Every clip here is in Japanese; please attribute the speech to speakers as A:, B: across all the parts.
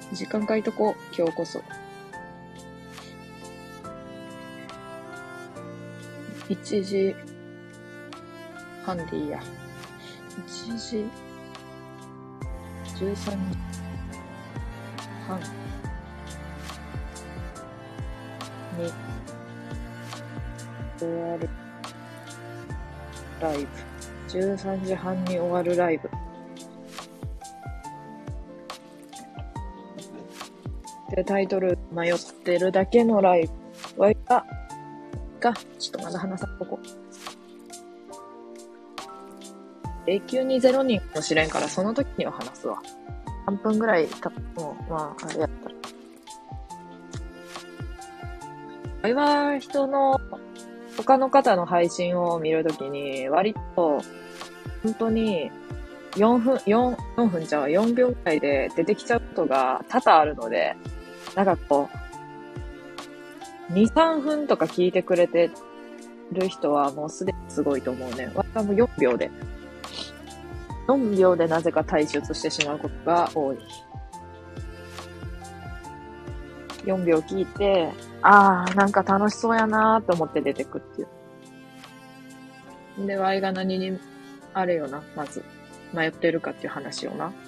A: 時間書いとこう、今日こそ。1時半でいいや。1時13時半に終わるライブ。13時半に終わるライブ。で、タイトル迷ってるだけのライブ。わいが、ちょっとまだ話さんとこ。永久に0人かもしれんから、その時には話すわ。3分ぐらい経っても、まあ、あれやったら。わいは人の、他の方の配信を見るときに、割と、本当に、4分ちゃうわ、4秒くらいで出てきちゃうことが多々あるので、なんかこう、2、3分とか聞いてくれてる人はもうすでにすごいと思うね。私はもう4秒でなぜか退出してしまうことが多い。4秒聞いて、なんか楽しそうやなーと思って出てくっていう。で、ワイが何に、あれよな、まず、迷ってるかっていう話をな。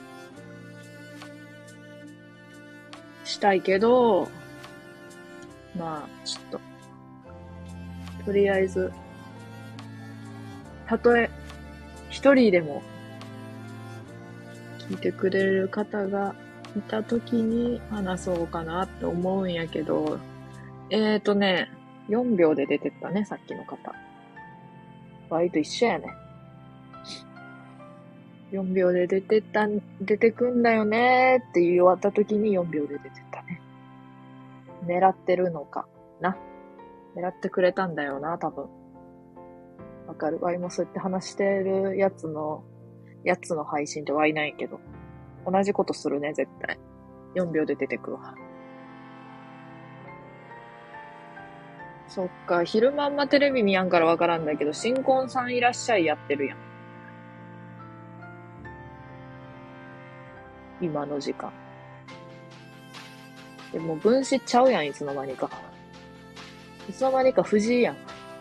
A: したいけど、まあ、ちょっと、とりあえず、たとえ、一人でも、聞いてくれる方がいたときに話そうかなって思うんやけど、4秒で出てったね、さっきの方。ワイと一緒やね。4秒で出てくんだよねって言い終わった時に4秒で出てったね。狙ってるのかな。狙ってくれたんだよな、多分。わかる。ワイもそうやって話してるやつの配信ってワイないけど。同じことするね、絶対。4秒で出てくるわ。そっか、昼間あんまテレビ見やんからわからんだけど、新婚さんいらっしゃいやってるやん。今の時間。でも分子ちゃうやん、いつの間にか。いつの間にか藤井やん。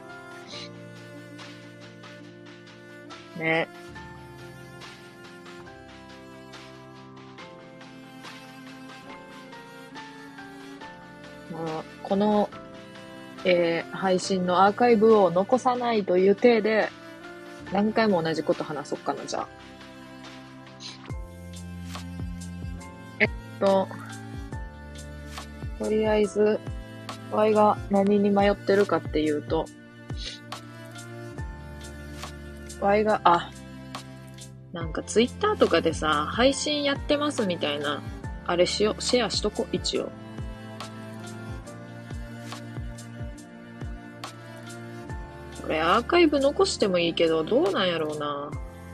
A: ね。まあ、この、配信のアーカイブを残さないという体で、何回も同じこと話そうかな、じゃあ。とりあえず、ワイが何に迷ってるかっていうと、ワイが、なんかツイッターとかでさ、配信やってますみたいな、あれシェアしとこ、一応。これアーカイブ残してもいいけど、どうなんやろうな。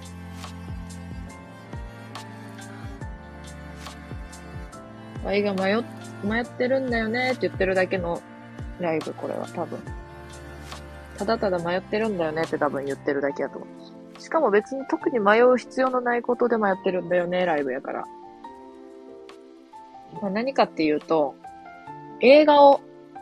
A: ワイが迷ってるんだよねって言ってるだけのライブ、これは多分。ただただ迷ってるんだよねって多分言ってるだけやと思う。しかも別に特に迷う必要のないことで迷ってるんだよね、ライブやから。まあ、何かっていうと、映画を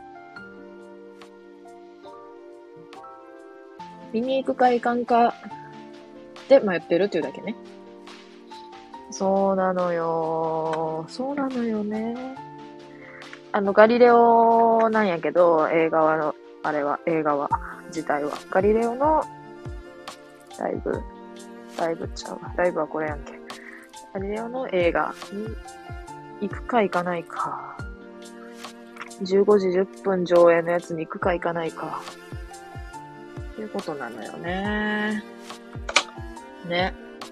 A: 見に行くか行かんかで迷ってるっていうだけね。そうなのよ。そうなのよね。ガリレオなんやけど、映画は、自体は。ガリレオのライブちゃうわ。ライブはこれやんけ。ガリレオの映画に行くか行かないか。15時10分上映のやつに行くか行かないか。っていうことなのよね。ね。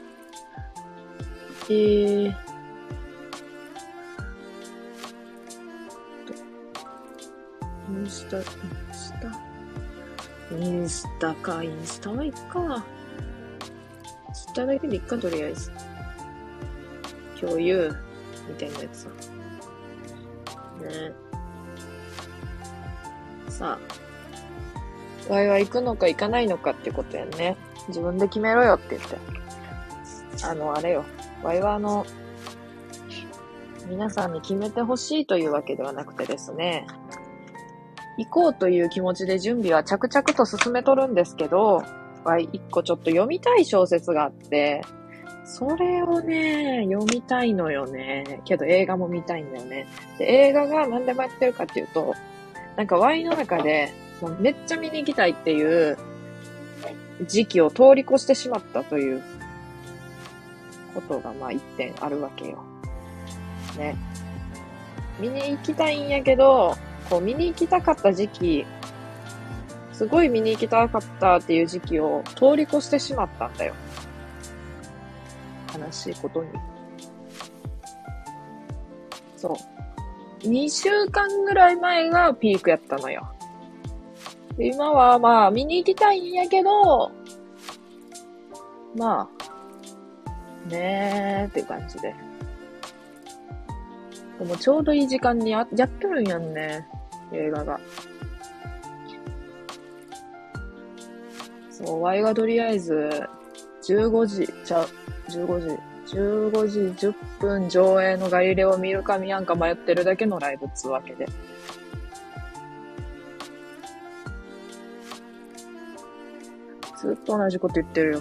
A: インスタか。インスタはいっか。ツイッターだけでいっか、とりあえず。共有みたいなやつさ。ね。さあ、ワイは行くのか行かないのかってことやね。自分で決めろよって言って。あれよ。ワイは皆さんに決めてほしいというわけではなくてですね、行こうという気持ちで準備は着々と進めとるんですけど、一個ちょっと読みたい小説があって、それをね、読みたいのよね。けど映画も見たいんだよね。で、映画が何でもやってるかっていうと、なんかワイの中で、もうめっちゃ見に行きたいっていう時期を通り越してしまったということがまあ一点あるわけよ。ね。見に行きたいんやけど、こう見に行きたかった時期、すごい見に行きたかったっていう時期を通り越してしまったんだよ。悲しいことに。そう。2週間ぐらい前がピークやったのよ。で今はまあ見に行きたいんやけど、まあ、ねーっていう感じで。でもちょうどいい時間にやっとるんやんね、映画が。そう、ワイがとりあえず、15時10分上映のガリレオを見るか見やんか迷ってるだけのライブっつうわけで。ずっと同じこと言ってるよ。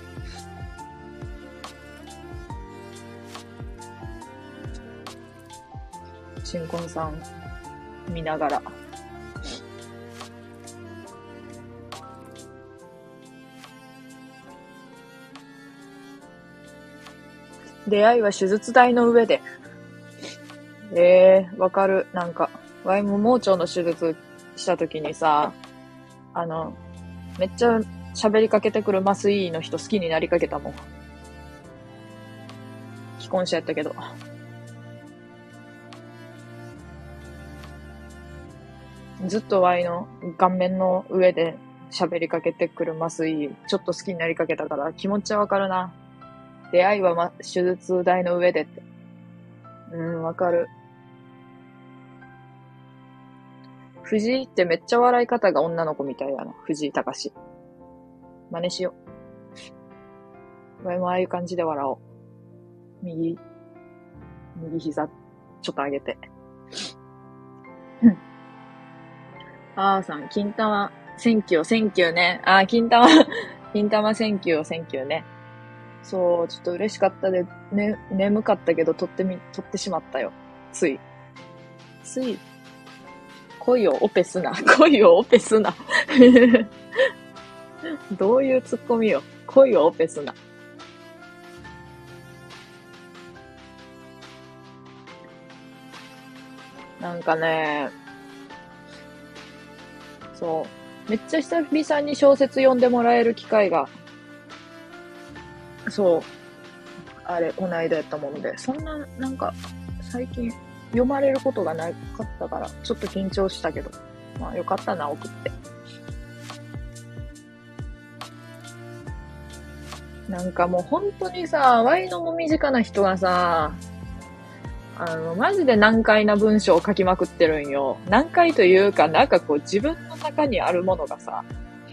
A: 新婚さん見ながら。出会いは手術台の上で。わかる。なんか、ワイも盲腸の手術した時にさ、めっちゃ喋りかけてくる麻酔医の人好きになりかけたもん。既婚者やったけど。ずっとワイの顔面の上で喋りかけてくる麻酔医、ちょっと好きになりかけたから気持ちはわかるな。出会いは手術台の上でって。わかる。藤井ってめっちゃ笑い方が女の子みたいやな。藤井隆。真似しよう。前もああいう感じで笑おう。右膝、ちょっと上げて。あーさん、金玉、センキューね。金玉センキューね。そう、ちょっと嬉しかったで、ね、眠かったけど撮ってしまったよ。つい。恋をオペすな。どういうツッコミよ。恋をオペすな。なんかね、そう。めっちゃ久々に小説読んでもらえる機会が、そう。こないだやったもので。そんな、なんか、最近読まれることがなかったから、ちょっと緊張したけど。まあよかったな、送って。なんかもう本当にさ、ワイのも身近な人がさ、マジで難解な文章を書きまくってるんよ。難解というか、なんかこう自分の中にあるものがさ、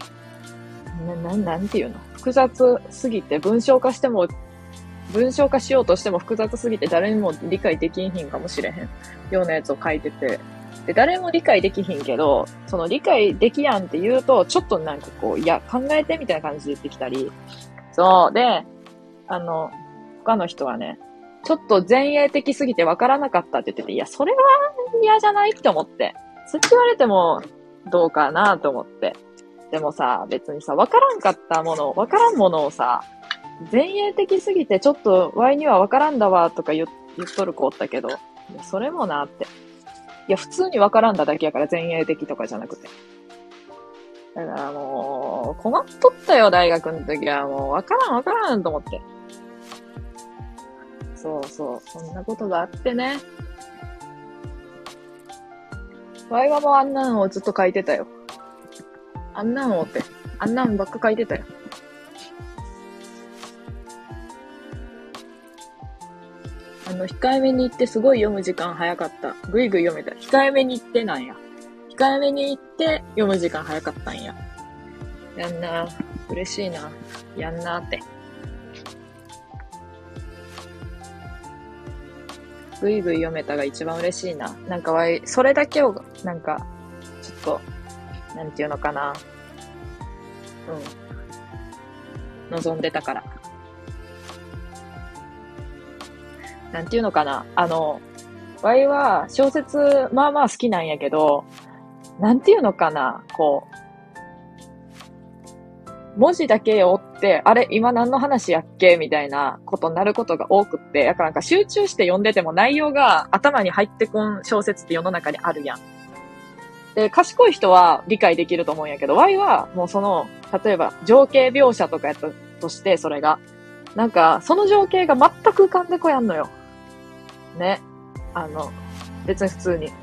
A: なんていうの？複雑すぎて文章化しようとしても複雑すぎて誰にも理解できんひんかもしれへんようなやつを書いてて。で、誰も理解できひんけど、その理解できやんって言うと、ちょっとなんかこう、いや、考えてみたいな感じで言ってきたり。そう。で、他の人はね、ちょっと前衛的すぎて分からなかったって言ってて、いや、それは嫌じゃないって思って。そう言われてもどうかなと思って。でもさ、別にさ、分からんものをさ、前衛的すぎてちょっとワイには分からんだわとか言っとる子おったけど、いやそれもなって。いや、普通に分からんだだけやから前衛的とかじゃなくて。だからもう、困っとったよ、大学の時は。もう、分からんと思って。そう、そんなことがあってね。ワイはもうあんなんをずっと書いてたよ。あんなんばっか書いてたよ。控えめに行ってすごい読む時間早かった。ぐいぐい読めた。控えめに行ってなんや。控えめに行って読む時間早かったんや。やんな。嬉しいな。やんなって。 ぐいぐい読めたが一番嬉しいな。なんかそれだけを、なんか、ちょっと、なんていうのかな。望んでたから。なんていうのかな。ワイは小説、まあまあ好きなんやけど、なんていうのかな。文字だけを追って、あれ、今何の話やっけみたいなことになることが多くって、だからなんか集中して読んでても内容が頭に入ってこん小説って世の中にあるやん。で、賢い人は理解できると思うんやけど、Y はもう例えば情景描写とかやったとして、それが。なんか、その情景が全く浮かんでこやんのよ。ね。別に普通に、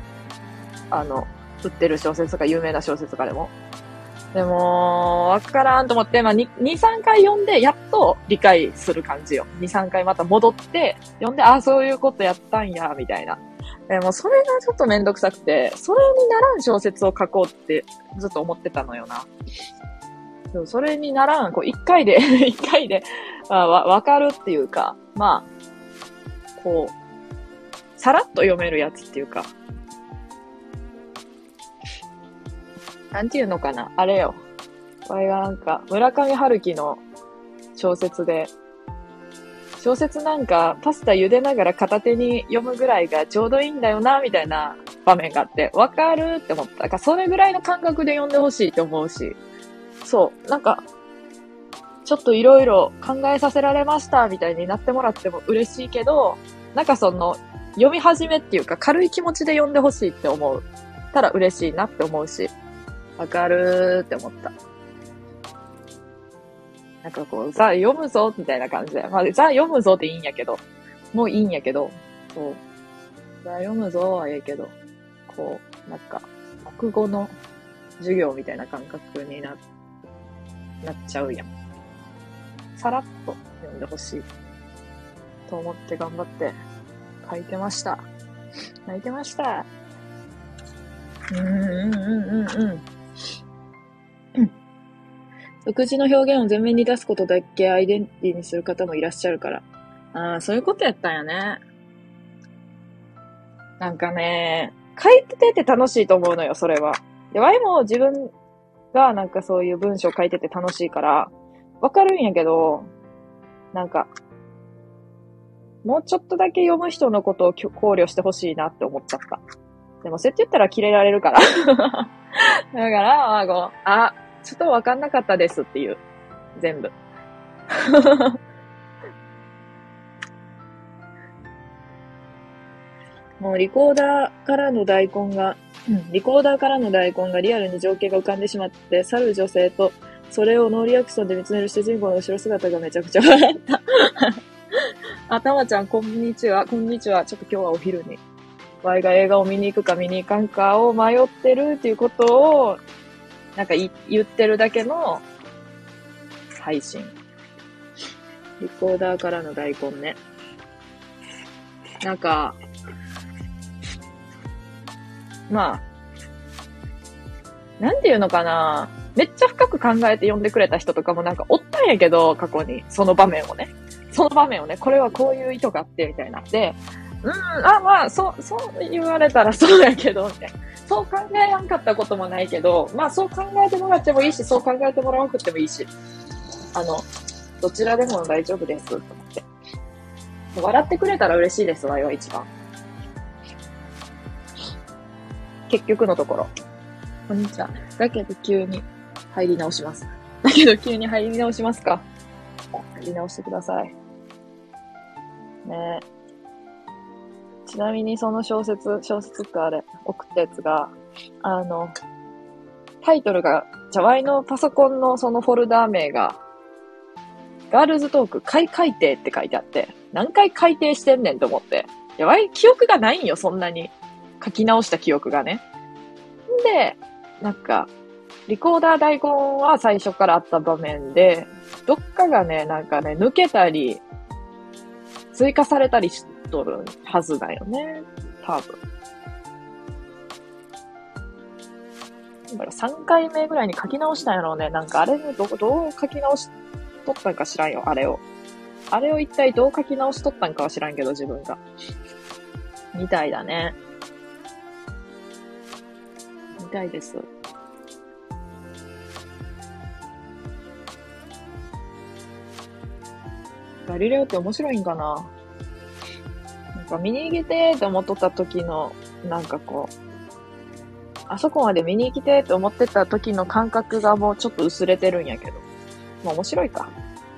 A: 売ってる小説とか有名な小説とかでも。でも、わからんと思って、まあ、2、3回読んで、やっと理解する感じよ。2、3回また戻って、読んで、あ、そういうことやったんや、みたいな。でも、それがちょっとめんどくさくて、それにならん小説を書こうってずっと思ってたのよな。それにならん、一回で一回で、わかるっていうか、まあ、さらっと読めるやつっていうか、なんていうのかな、あれよ。これがなんか、村上春樹の小説で、小説なんかパスタ茹でながら片手に読むぐらいがちょうどいいんだよな、みたいな場面があって、わかるって思った。だからそれぐらいの感覚で読んでほしいって思うし、そう、なんか、ちょっといろいろ考えさせられました、みたいになってもらっても嬉しいけど、なんか読み始めっていうか軽い気持ちで読んでほしいって思う。たら嬉しいなって思うし、わかるーって思った。なんかザ読むぞみたいな感じで。まあ、ザ読むぞっていいんやけど、もういいんやけど、そう。ザ読むぞはええけど、なんか、国語の授業みたいな感覚になっちゃうやん。さらっと読んでほしい。と思って頑張って書いてました。泣いてました。独自の表現を前面に出すことだけアイデンティティにする方もいらっしゃるから。ああ、そういうことやったんやね。なんかね、書いてて楽しいと思うのよ、それは。で、ワイも自分がなんかそういう文章書いてて楽しいから、わかるんやけど、なんか、もうちょっとだけ読む人のことを考慮してほしいなって思っちゃった。でも、そうやって言ったらキレられるから。だから、ちょっとわかんなかったですっていう。全部。もうリコーダーからの大根がリアルに情景が浮かんでしまって、去る女性と、それをノーリアクションで見つめる主人公の後ろ姿がめちゃくちゃ笑った。あ、たまちゃん、こんにちは。こんにちは。ちょっと今日はお昼に。ワイが映画を見に行くか見に行かんかを迷ってるっていうことを、なんか言ってるだけの配信。リコーダーからの大根ね。なんか、まあ、なんていうのかな。めっちゃ深く考えて読んでくれた人とかもなんかおったんやけど、過去に。その場面をね、これはこういう意図があって、みたいな。で、まあ、そう言われたらそうやけど、みたいな。そう考えらんかったこともないけど、まあそう考えてもらってもいいし、そう考えてもらわなくてもいいし、どちらでも大丈夫です、と思って。笑ってくれたら嬉しいです、ワイは一番。結局のところ。こんにちは。だけど急に入り直します。か入り直してください。ねえ。ちなみにその小説ってあれ、送ったやつが、タイトルが、ワイのパソコンのそのフォルダー名が、ガールズトーク改訂って書いてあって、何回改訂してんねんと思って。ワイ記憶がないんよ、そんなに。書き直した記憶がね。で、なんか、リコーダー大根は最初からあった場面で、どっかがね、なんかね、抜けたり、追加されたりしとるはずだよね。多分。だから3回目ぐらいに書き直したんやろうね。なんかあれどう書き直しとったんか知らんよ、あれを。あれを一体どう書き直しとったんかは知らんけど、自分が。 みたいだね。みたいです。ガリレオって面白いんかな。なんか見に行きてーって思っとった時の、なんかこう、あそこまで見に行きてーって思ってた時の感覚がもうちょっと薄れてるんやけど。まあ面白いか。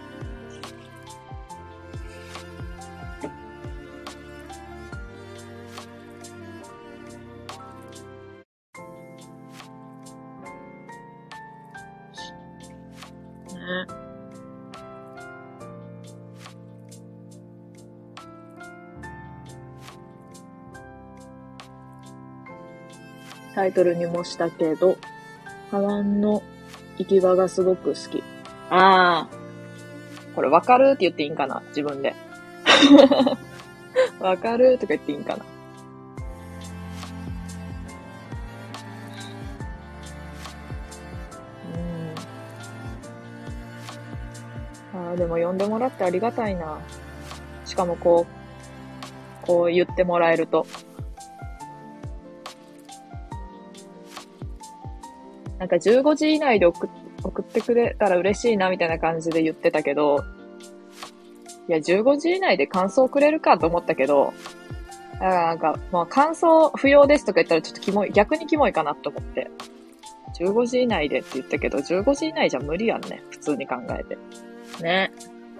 A: ね。タイトルにもしたけど、ハワンの行き場がすごく好き。ああ、これわかるって言っていいんかな自分で。わかるとか言っていいんかな。でも呼んでもらってありがたいな。しかもこう言ってもらえると。なんか15時以内で送ってくれたら嬉しいなみたいな感じで言ってたけど、いや、15時以内で感想くれるかと思ったけど、だからなんか、まあ感想不要ですとか言ったらちょっとキモい、逆にキモいかなと思って。15時以内でって言ったけど、15時以内じゃ無理やんね。普通に考えて。ね。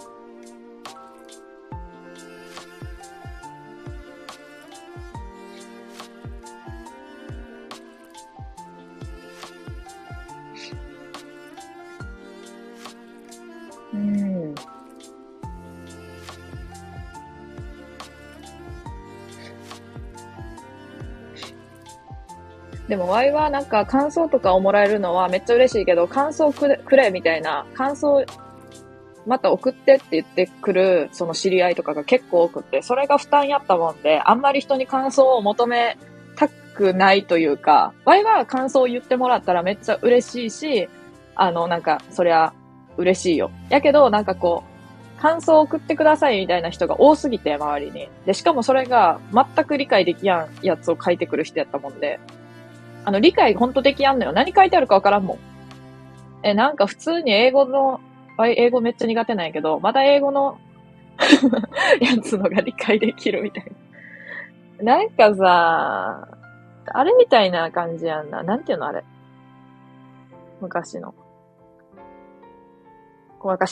A: うん。でも、ワイはなんか感想とかをもらえるのはめっちゃ嬉しいけど、感想くれみたいな、感想また送ってって言ってくる、その知り合いとかが結構多くて、それが負担やったもんで、あんまり人に感想を求めたくないというか、ワイは感想を言ってもらったらめっちゃ嬉しいし、なんか、そりゃ嬉しいよ。やけど、なんかこう、感想を送ってくださいみたいな人が多すぎて、周りに。で、しかもそれが全く理解できやんやつを書いてくる人やったもんで、理解ほんとできやんのよ。何書いてあるかわからんもん。なんか普通に英語めっちゃ苦手なんやけど、まだ英語のやつのが理解できるみたいな。なんかさ、あれみたいな感じやんな。なんていうのあれ。昔の。こうなんか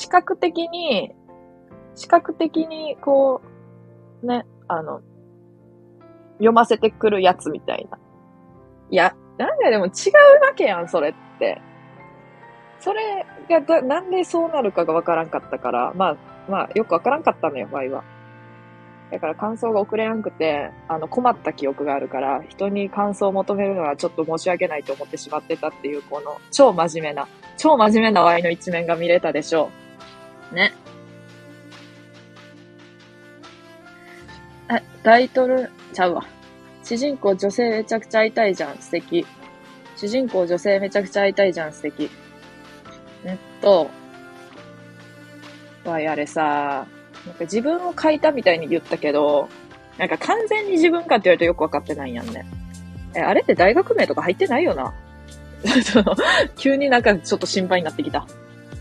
A: 視覚的にこう、ね、読ませてくるやつみたいな。いや、なんかでも違うわけやん、それって。それがなんでそうなるかがわからんかったから、まあ、よくわからんかったのよ、場合は。だから感想が送れなくて、困った記憶があるから、人に感想を求めるのはちょっと申し訳ないと思ってしまってたっていう、この超真面目なワイの一面が見れたでしょう。ね。タイトルちゃうわ。主人公女性めちゃくちゃ会いたいじゃん、素敵。主人公女性めちゃくちゃ会いたいじゃん、素敵。ワイあれさ、なんか自分を書いたみたいに言ったけど、なんか完全に自分かって言われるとよくわかってないんやんね。あれって大学名とか入ってないよな。急になんかちょっと心配になってきた。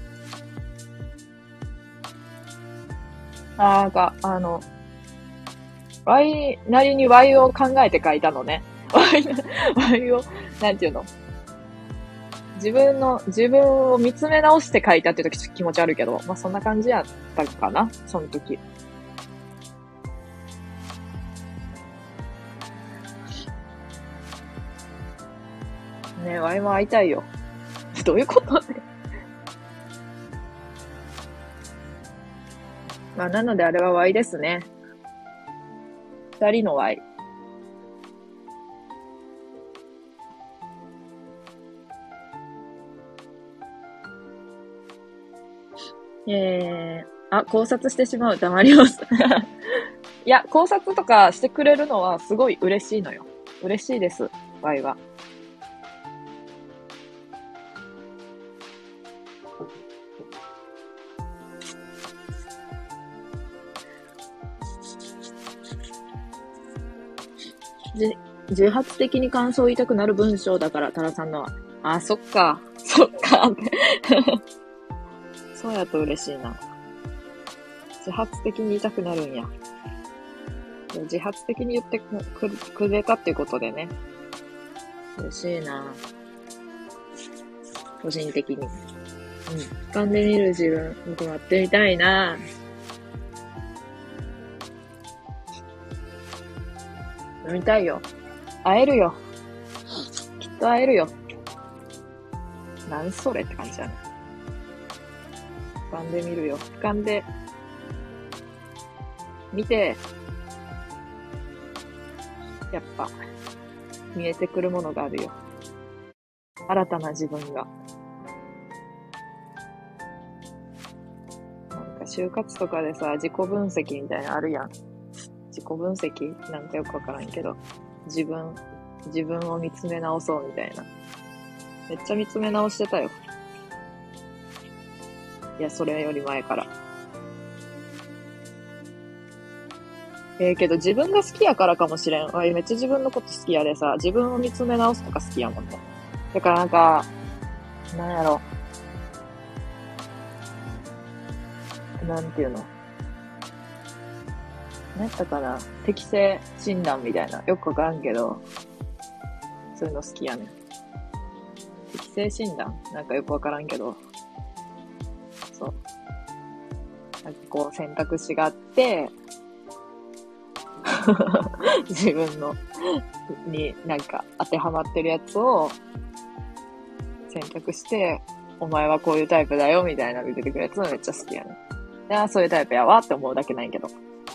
A: なんか、Y なりに Y を考えて書いたのね。Y を、なんていうの自分を見つめ直して書いたっていう時気持ち悪いけど、まあそんな感じやったかな、その時。ねえ、Y も会いたいよ。どういうことね。まあなのであれは Y ですね。二人の Y。考察してしまう。黙ります。いや、考察とかしてくれるのはすごい嬉しいのよ。嬉しいです。Y は。 自発的に感想を言いたくなる文章だから、タラさんのは。あ、そっか。そっか。そうやと嬉しいな。自発的に言いたくなるんや。自発的に言ってくれたっていうことでね。嬉しいな。個人的に。俯瞰で見る自分、僕もやってみたいな。飲みたいよ。会えるよ。きっと会えるよ。なんそれって感じだね。俯瞰で見るよ。俯瞰で見て、やっぱ見えてくるものがあるよ。新たな自分が。なんか就活とかでさ、自己分析みたいなのあるやん。自己分析なんかよくわからんけど、自分を見つめ直そうみたいな。めっちゃ見つめ直してたよ。いや、それより前から。けど自分が好きやからかもしれん。めっちゃ自分のこと好きやでさ、自分を見つめ直すとか好きやもんね。だからなんか、なんやろ。なんていうの。なんやったかな。適性診断みたいな。よくわからんけど、そういうの好きやねん。適性診断なんかよくわからんけど、そう。なんかこう選択肢があって、自分のになんか当てはまってるやつを選択して、お前はこういうタイプだよみたいなの出てくるやつもめっちゃ好きやね。いや、そういうタイプやわって思うだけないけど。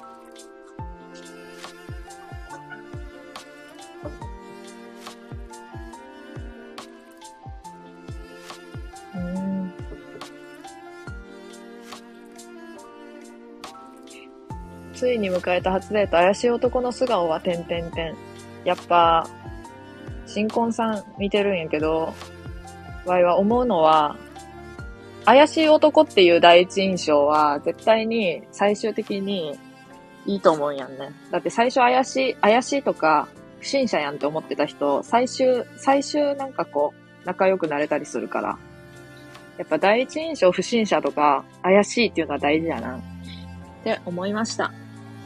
A: ついに迎えた初デート、怪しい男の素顔は、やっぱ、新婚さん見てるんやけど、わいは思うのは、怪しい男っていう第一印象は、絶対に最終的にいいと思うんやんね。だって最初怪しいとか、不審者やんって思ってた人、最終なんかこう、仲良くなれたりするから。やっぱ第一印象不審者とか、怪しいっていうのは大事やな。って思いました。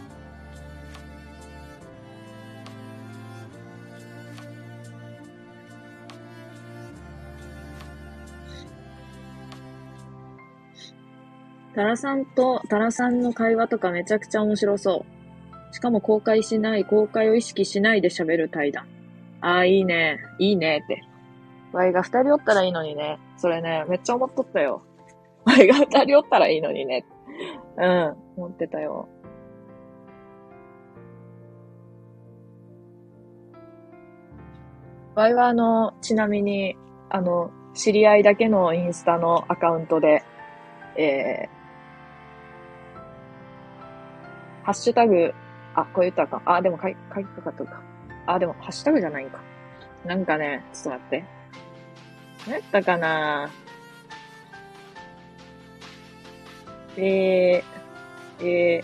A: タラさんの会話とかめちゃくちゃ面白そう。しかも公開を意識しないで喋る対談。いいね。いいねって。ワイが二人おったらいいのにね。それね、めっちゃ思っとったよ。ワイが二人おったらいいのにね。思ってたよ。ワイはちなみに、知り合いだけのインスタのアカウントで、ハッシュタグ、こう言ったらあかん。でも書きたかったか。でも、ハッシュタグじゃないんか。なんかね、ちょっと待って。何やったかなえー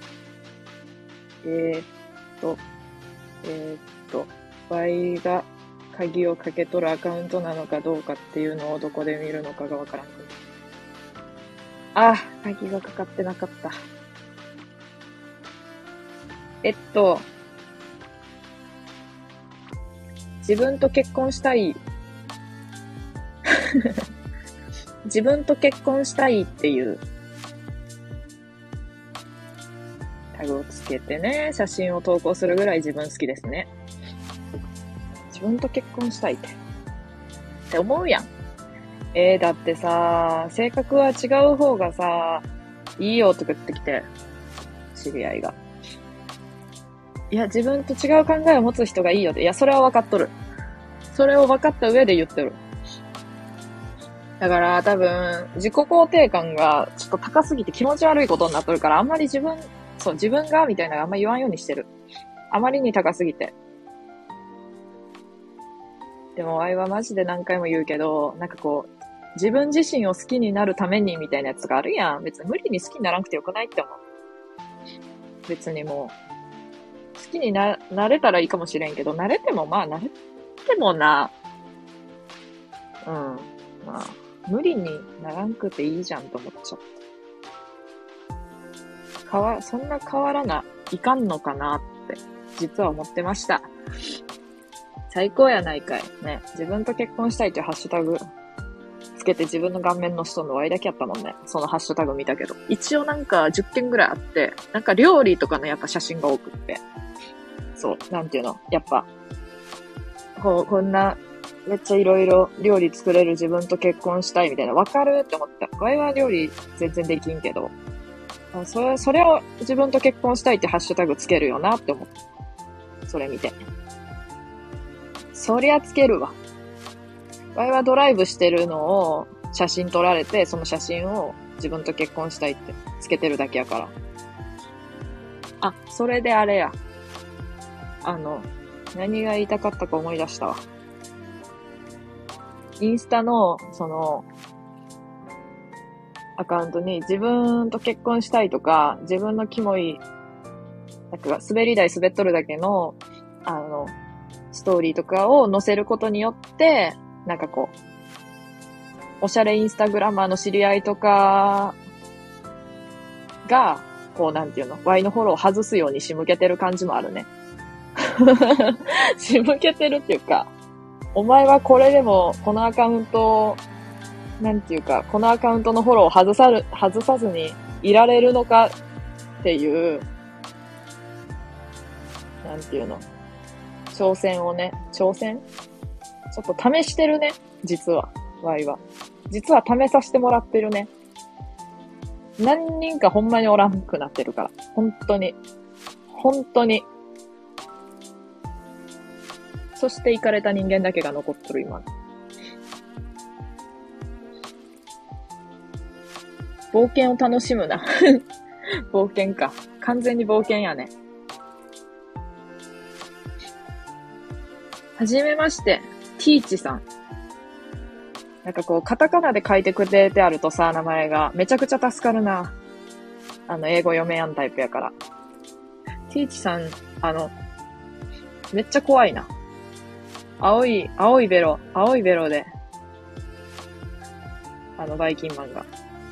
A: っと、Y が鍵をかけ取るアカウントなのかどうかっていうのをどこで見るのかがわからんくな。鍵がかかってなかった。自分と結婚したい。自分と結婚したいっていうタグをつけてね、写真を投稿するぐらい自分好きですね。自分と結婚したいって思うやん。だってさ、性格は違う方がさ、いいよとか言ってきて、知り合いが。いや、自分と違う考えを持つ人がいいよって。いや、それは分かっとる。それを分かった上で言ってる。だから多分、自己肯定感がちょっと高すぎて気持ち悪いことになっとるから、あんまり自分がみたいなのあんま言わんようにしてる。あまりに高すぎて。でも、ワイはマジで何回も言うけど、なんかこう、自分自身を好きになるためにみたいなやつがあるやん。別に無理に好きにならなくてよくないって思う。別にもう、好きになれたらいいかもしれんけど、慣れてもな、うん。まあ、無理にならんくていいじゃんと思っちゃった。そんな変わらないかんのかなって、実は思ってました。最高やないかい。ね。自分と結婚したいっていうハッシュタグつけて自分の顔面の人の Y だけやったもんね。そのハッシュタグ見たけど。一応なんか10件ぐらいあって、なんか料理とかのやっぱ写真が多くって。そう、なんていうの。やっぱ、こんな、めっちゃいろいろ料理作れる自分と結婚したいみたいな。わかるって思った。ワイは料理全然できんけど。それを自分と結婚したいってハッシュタグつけるよなって思った。それ見て。そりゃつけるわ。ワイはドライブしてるのを写真撮られて、その写真を自分と結婚したいってつけてるだけやから。あ、それであれや。何が言いたかったか思い出したわ。インスタの、アカウントに自分と結婚したいとか、自分のキモい、なんか滑り台滑っとるだけの、ストーリーとかを載せることによって、なんかこう、おしゃれインスタグラマーの知り合いとかが、こうなんていうの、Y のフォローを外すように仕向けてる感じもあるね。仕向けてるっていうか、お前はこれでも、このアカウント、なんていうか、このアカウントのフォローを外さずにいられるのかっていう、なんていうの、挑戦ちょっと試してるね、実は、Y は。実は試させてもらってるね。何人かほんまにおらんくなってるから。本当に。そして行かれた人間だけが残っとる今。冒険を楽しむな。冒険か。完全に冒険やね。はじめまして、ティーチさん。なんかこう、カタカナで書いてくれてあるとさ、名前が、めちゃくちゃ助かるな。英語読めやんタイプやから。ティーチさん、めっちゃ怖いな。青いベロで、バイキンマンが。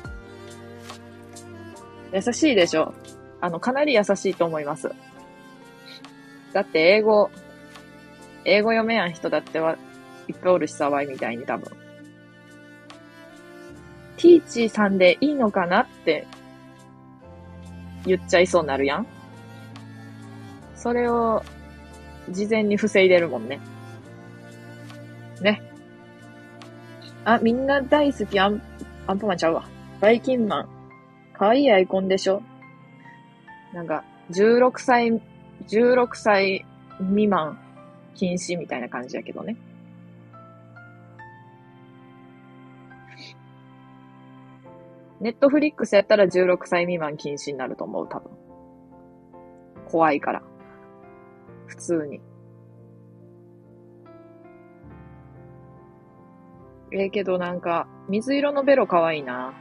A: 優しいでしょ。かなり優しいと思います。だって英語読めやん人だっていっぱいおるしさ、ワイみたいに多分。ティーチさんでいいのかなって言っちゃいそうになるやん。それを事前に防いでるもんね。ね。あ、みんな大好きアンパンマンちゃうわ。バイキンマン。かわいいアイコンでしょ。なんか、16歳未満禁止みたいな感じやけどね。ネットフリックスやったら16歳未満禁止になると思う、多分。怖いから。普通に。けどなんか、水色のベロ可愛いな。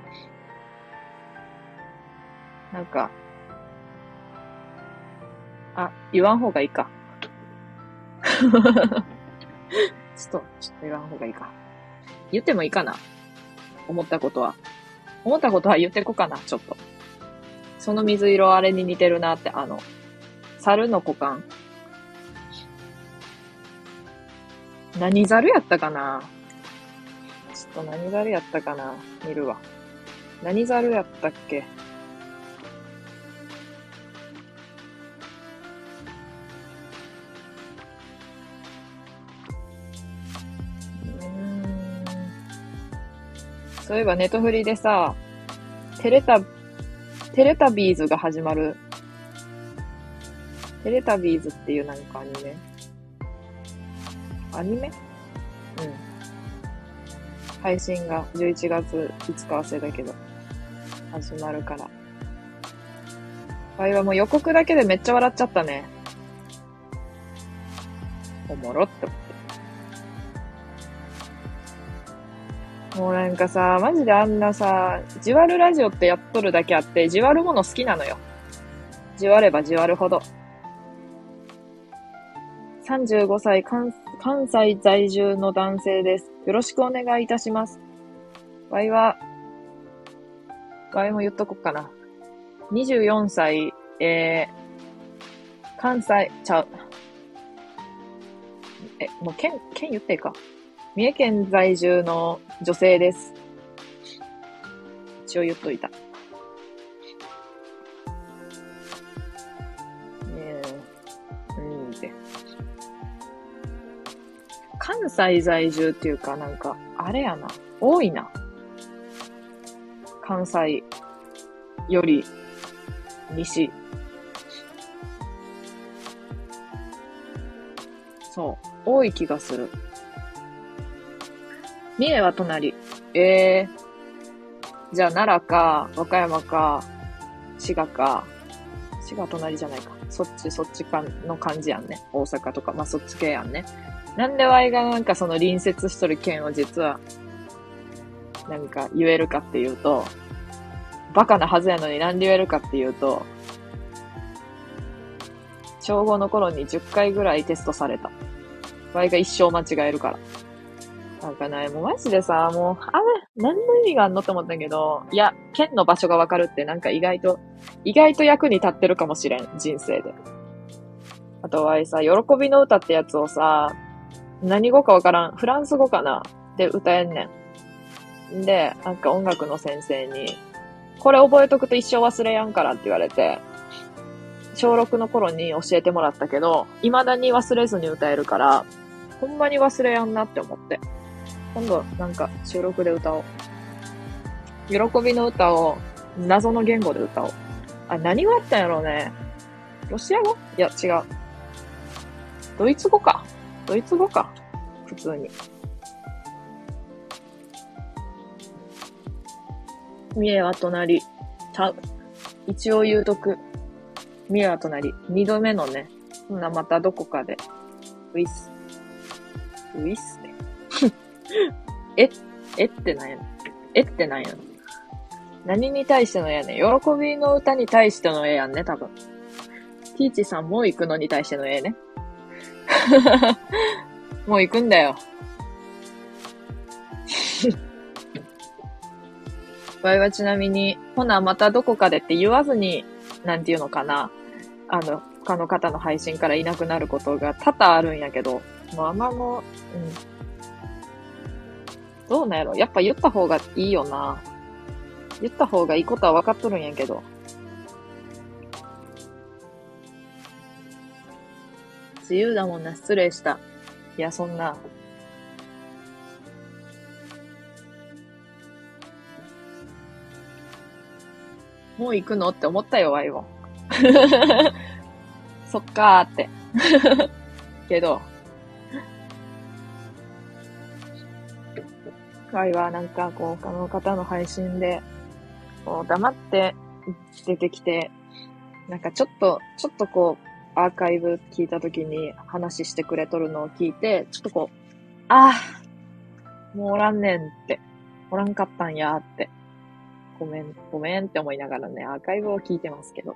A: なんか、言わん方がいいか。ちょっと言わん方がいいか。言ってもいいかな。思ったことは言ってこかな、ちょっと。その水色あれに似てるなって、猿の股間。何猿やったかな。ちょっと何猿やったかな。見るわ。何猿やったっけ。そういえばネトフリでさ、テレタビーズが始まる。テレタビーズっていうなんかアニメうん。配信が11月5日忘れだけど、始まるから。あれはもう予告だけでめっちゃ笑っちゃったね。おもろって思って。もうなんかさ、マジであんなさ、じわるラジオってやっとるだけあって、じわるもの好きなのよ。じわればじわるほど。 35歳関西在住の男性です。よろしくお願いいたします。わいも言っとこっかな。24歳、関西、もう県言っていいか。三重県在住の女性です。一応言っといた。関西在住っていうか、なんか、あれやな。多いな。関西より西。そう。多い気がする。三重は隣。じゃあ奈良か、和歌山か、滋賀か。滋賀隣じゃないか。そっちかの感じやんね。大阪とか。まあ、そっち系やんね。なんでワイがなんかその隣接しとる県を実は、なんか言えるかっていうと、バカなはずやのになんで言えるかっていうと、小5の頃に10回ぐらいテストされた。ワイが一生間違えるから。なんかね、もうマジでさ、もう、何の意味があんのって思ったけど、いや、県の場所がわかるってなんか意外と役に立ってるかもしれん、人生で。あとワイさ、喜びの歌ってやつをさ、何語かわからん。フランス語かなで歌えんねん。で、なんか音楽の先生に、これ覚えとくと一生忘れやんからって言われて、小6の頃に教えてもらったけど、未だに忘れずに歌えるから、ほんまに忘れやんなって思って。今度、なんか収録で歌おう。喜びの歌を謎の言語で歌おう。何があったんやろうね。ロシア語？いや、違う。ドイツ語か。普通に。三重は隣。一応言うとく。三重は隣。二度目のね。そんなまたどこかで。ウィスって。ってなんやねん。ってなんやねん。何に対しての絵やねん。喜びの歌に対しての絵やんね、多分。ティーチさんもう行くのに対しての絵ね。もう行くんだよ。わいはちなみに、ほな、またどこかでって言わずに、なんていうのかな。他の方の配信からいなくなることが多々あるんやけど、もうあんまもう、どうなんやろ。やっぱ言った方がいいよな。言った方がいいことは分かっとるんやけど。自由だもんな、失礼した。いや、そんな。もう行くのって思ったよ、ワイは。そっかーって。けど、ワイはなんかこう、他の方の配信で、こう、黙って出てきて、なんかちょっとこう、アーカイブ聞いたときに話してくれとるのを聞いて、ちょっとこう、もうおらんねんって、おらんかったんやって、ごめんって思いながらね、アーカイブを聞いてますけど。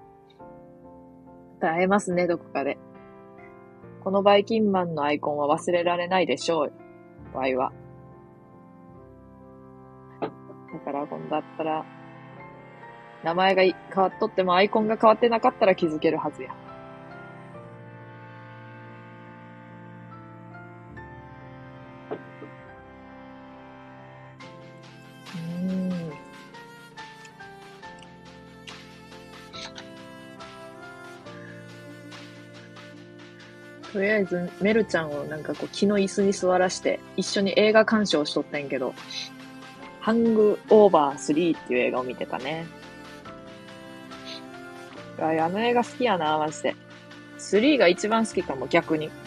A: 会えますね、どこかで。このバイキンマンのアイコンは忘れられないでしょう。ワイは。だから今度だったら、名前が変わっとってもアイコンが変わってなかったら気づけるはずや。とりあえず、メルちゃんをなんかこう木の椅子に座らして、一緒に映画鑑賞しとったんやけど、ハングオーバー3っていう映画を見てたね。あの映画好きやな、マジで。3が一番好きかも、逆に。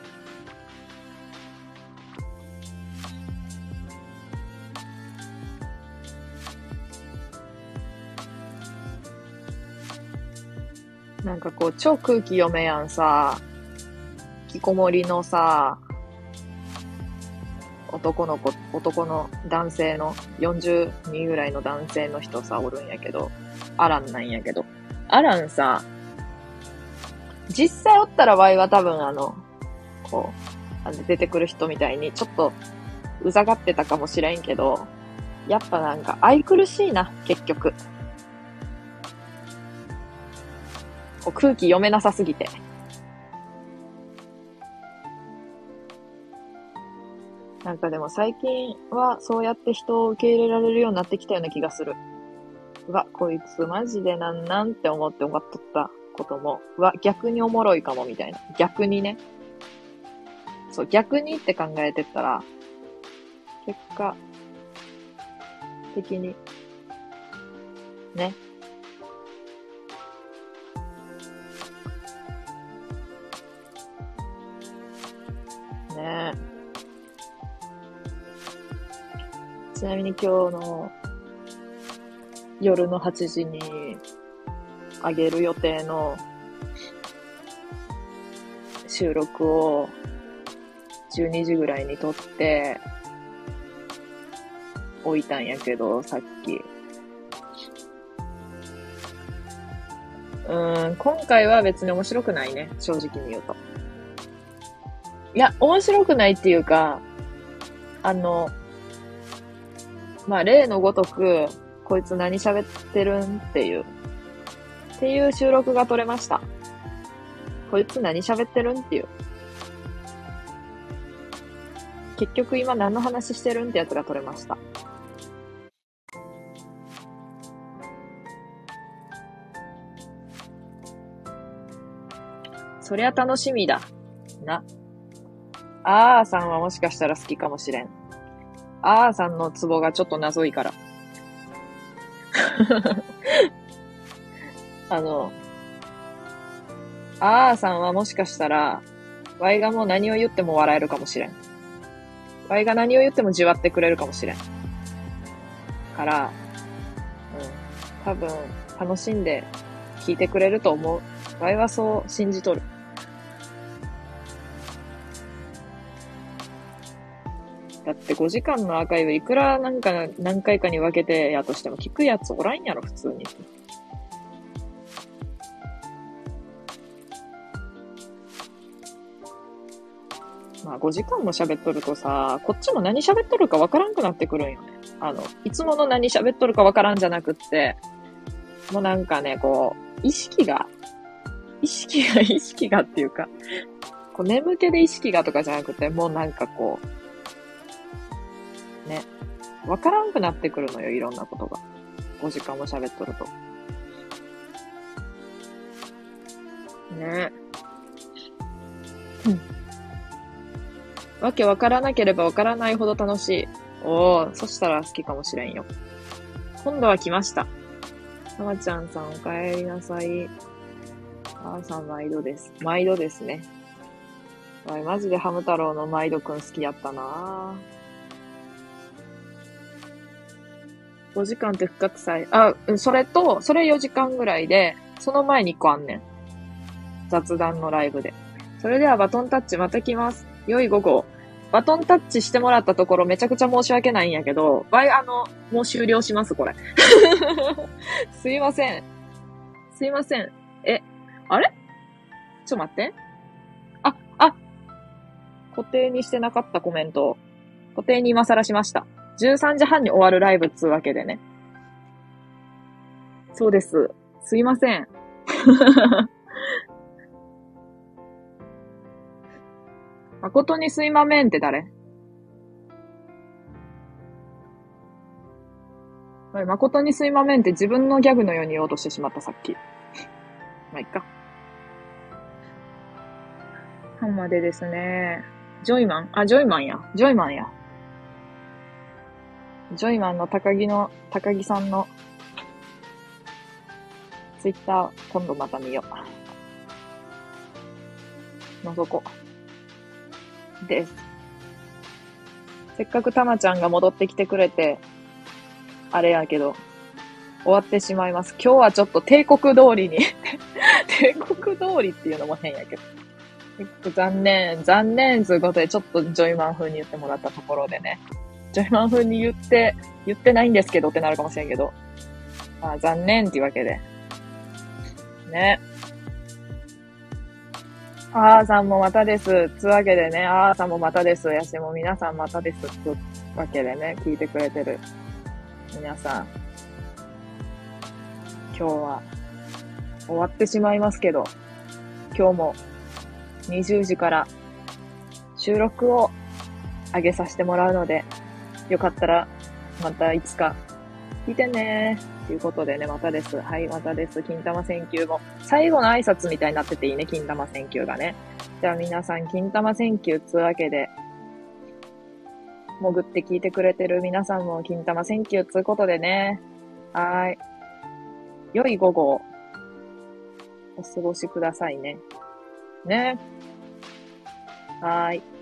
A: なんかこう、超空気読めやんさ、引きこもりのさ、男の男性の42ぐらいの男性の人さ、おるんやけど、アランなんやけど、アランさ、実際おったらワイは多分こう、出てくる人みたいに、ちょっと、うざがってたかもしれんけど、やっぱなんか、愛くるしいな、結局。こう空気読めなさすぎて。なんかでも最近はそうやって人を受け入れられるようになってきたような気がする。うわ、こいつマジでなんて思って思っとったことも、うわ、逆におもろいかもみたいな。逆にね。そう、逆にって考えてったら、結果的に、ね。ねちなみに今日の夜の8時に上げる予定の収録を12時ぐらいに撮って置いたんやけど、さっき。今回は別に面白くないね。正直に言うと。いや、面白くないっていうか、まあ、例のごとく、こいつ何喋ってるんっていう収録が撮れました。こいつ何喋ってるんっていう。結局今何の話してるんってやつが撮れました。そりゃ楽しみだ。な。あーさんはもしかしたら好きかもしれん。あーさんのツボがちょっと謎いから。あーさんはもしかしたら、ワイがもう何を言っても笑えるかもしれん。ワイが何を言ってもじわってくれるかもしれん。から、多分、楽しんで聞いてくれると思う。ワイはそう信じとる。だって5時間のアーカイブいくらなんか何回かに分けてやとしても聞くやつおらんやろ、普通に。まあ5時間も喋っとるとさ、こっちも何喋っとるか分からんくなってくるんよね。いつもの何喋っとるか分からんじゃなくって、もうなんかね、こう、意識がっていうか、こう眠気で意識がとかじゃなくて、もうなんかこう、ね、分からんくなってくるのよ、いろんなことが。5時間も喋っとると。ね。わけわからなければわからないほど楽しい。おー、そしたら好きかもしれんよ。今度は来ました。たまちゃんさんお帰りなさい。あーさん毎度です。毎度ですね。マジでハム太郎の毎度くん好きやったなぁ。5時間って深くさい。それ4時間ぐらいで、その前に1個あんねん。雑談のライブで。それではバトンタッチまた来ます。良い午後。バトンタッチしてもらったところめちゃくちゃ申し訳ないんやけど、もう終了します、これ。すいません。すいません。あれちょっと待って。固定にしてなかったコメントを。固定に今更しました。13時半に終わるライブっつうわけでね。そうです。すいません。誠にすいまめんって誰？誠にすいまめんって自分のギャグのように言おうとしてしまった、さっき。まあ、いっか。までですね。ジョイマンや。ジョイマンの高木さんのツイッター、今度また見よう。覗こう。です。せっかくたまちゃんが戻ってきてくれて、あれやけど、終わってしまいます。今日はちょっと帝国通りに帝国通りっていうのも変やけど。残念ということで、ちょっとジョイマン風に言ってもらったところでね。ジョイマン風に言ってないんですけどってなるかもしれんけど。まあ、残念っていうわけで。ね。 あーさんもまたです。つわけでね、あーさんもまたです。やしも皆さんまたです。つわけでね、聞いてくれてる皆さん、今日は終わってしまいますけど、今日も20時から収録を上げさせてもらうので、よかったらまたいつか聞いてねー。ということでね、またです。はい、またです。金玉選球も。最後の挨拶みたいになってていいね、金玉選球がね。じゃあ皆さん、金玉選球つうわけで、潜って聞いてくれてる皆さんも金玉選球つうことでね。はーい。良い午後をお過ごしくださいね。ね。はーい。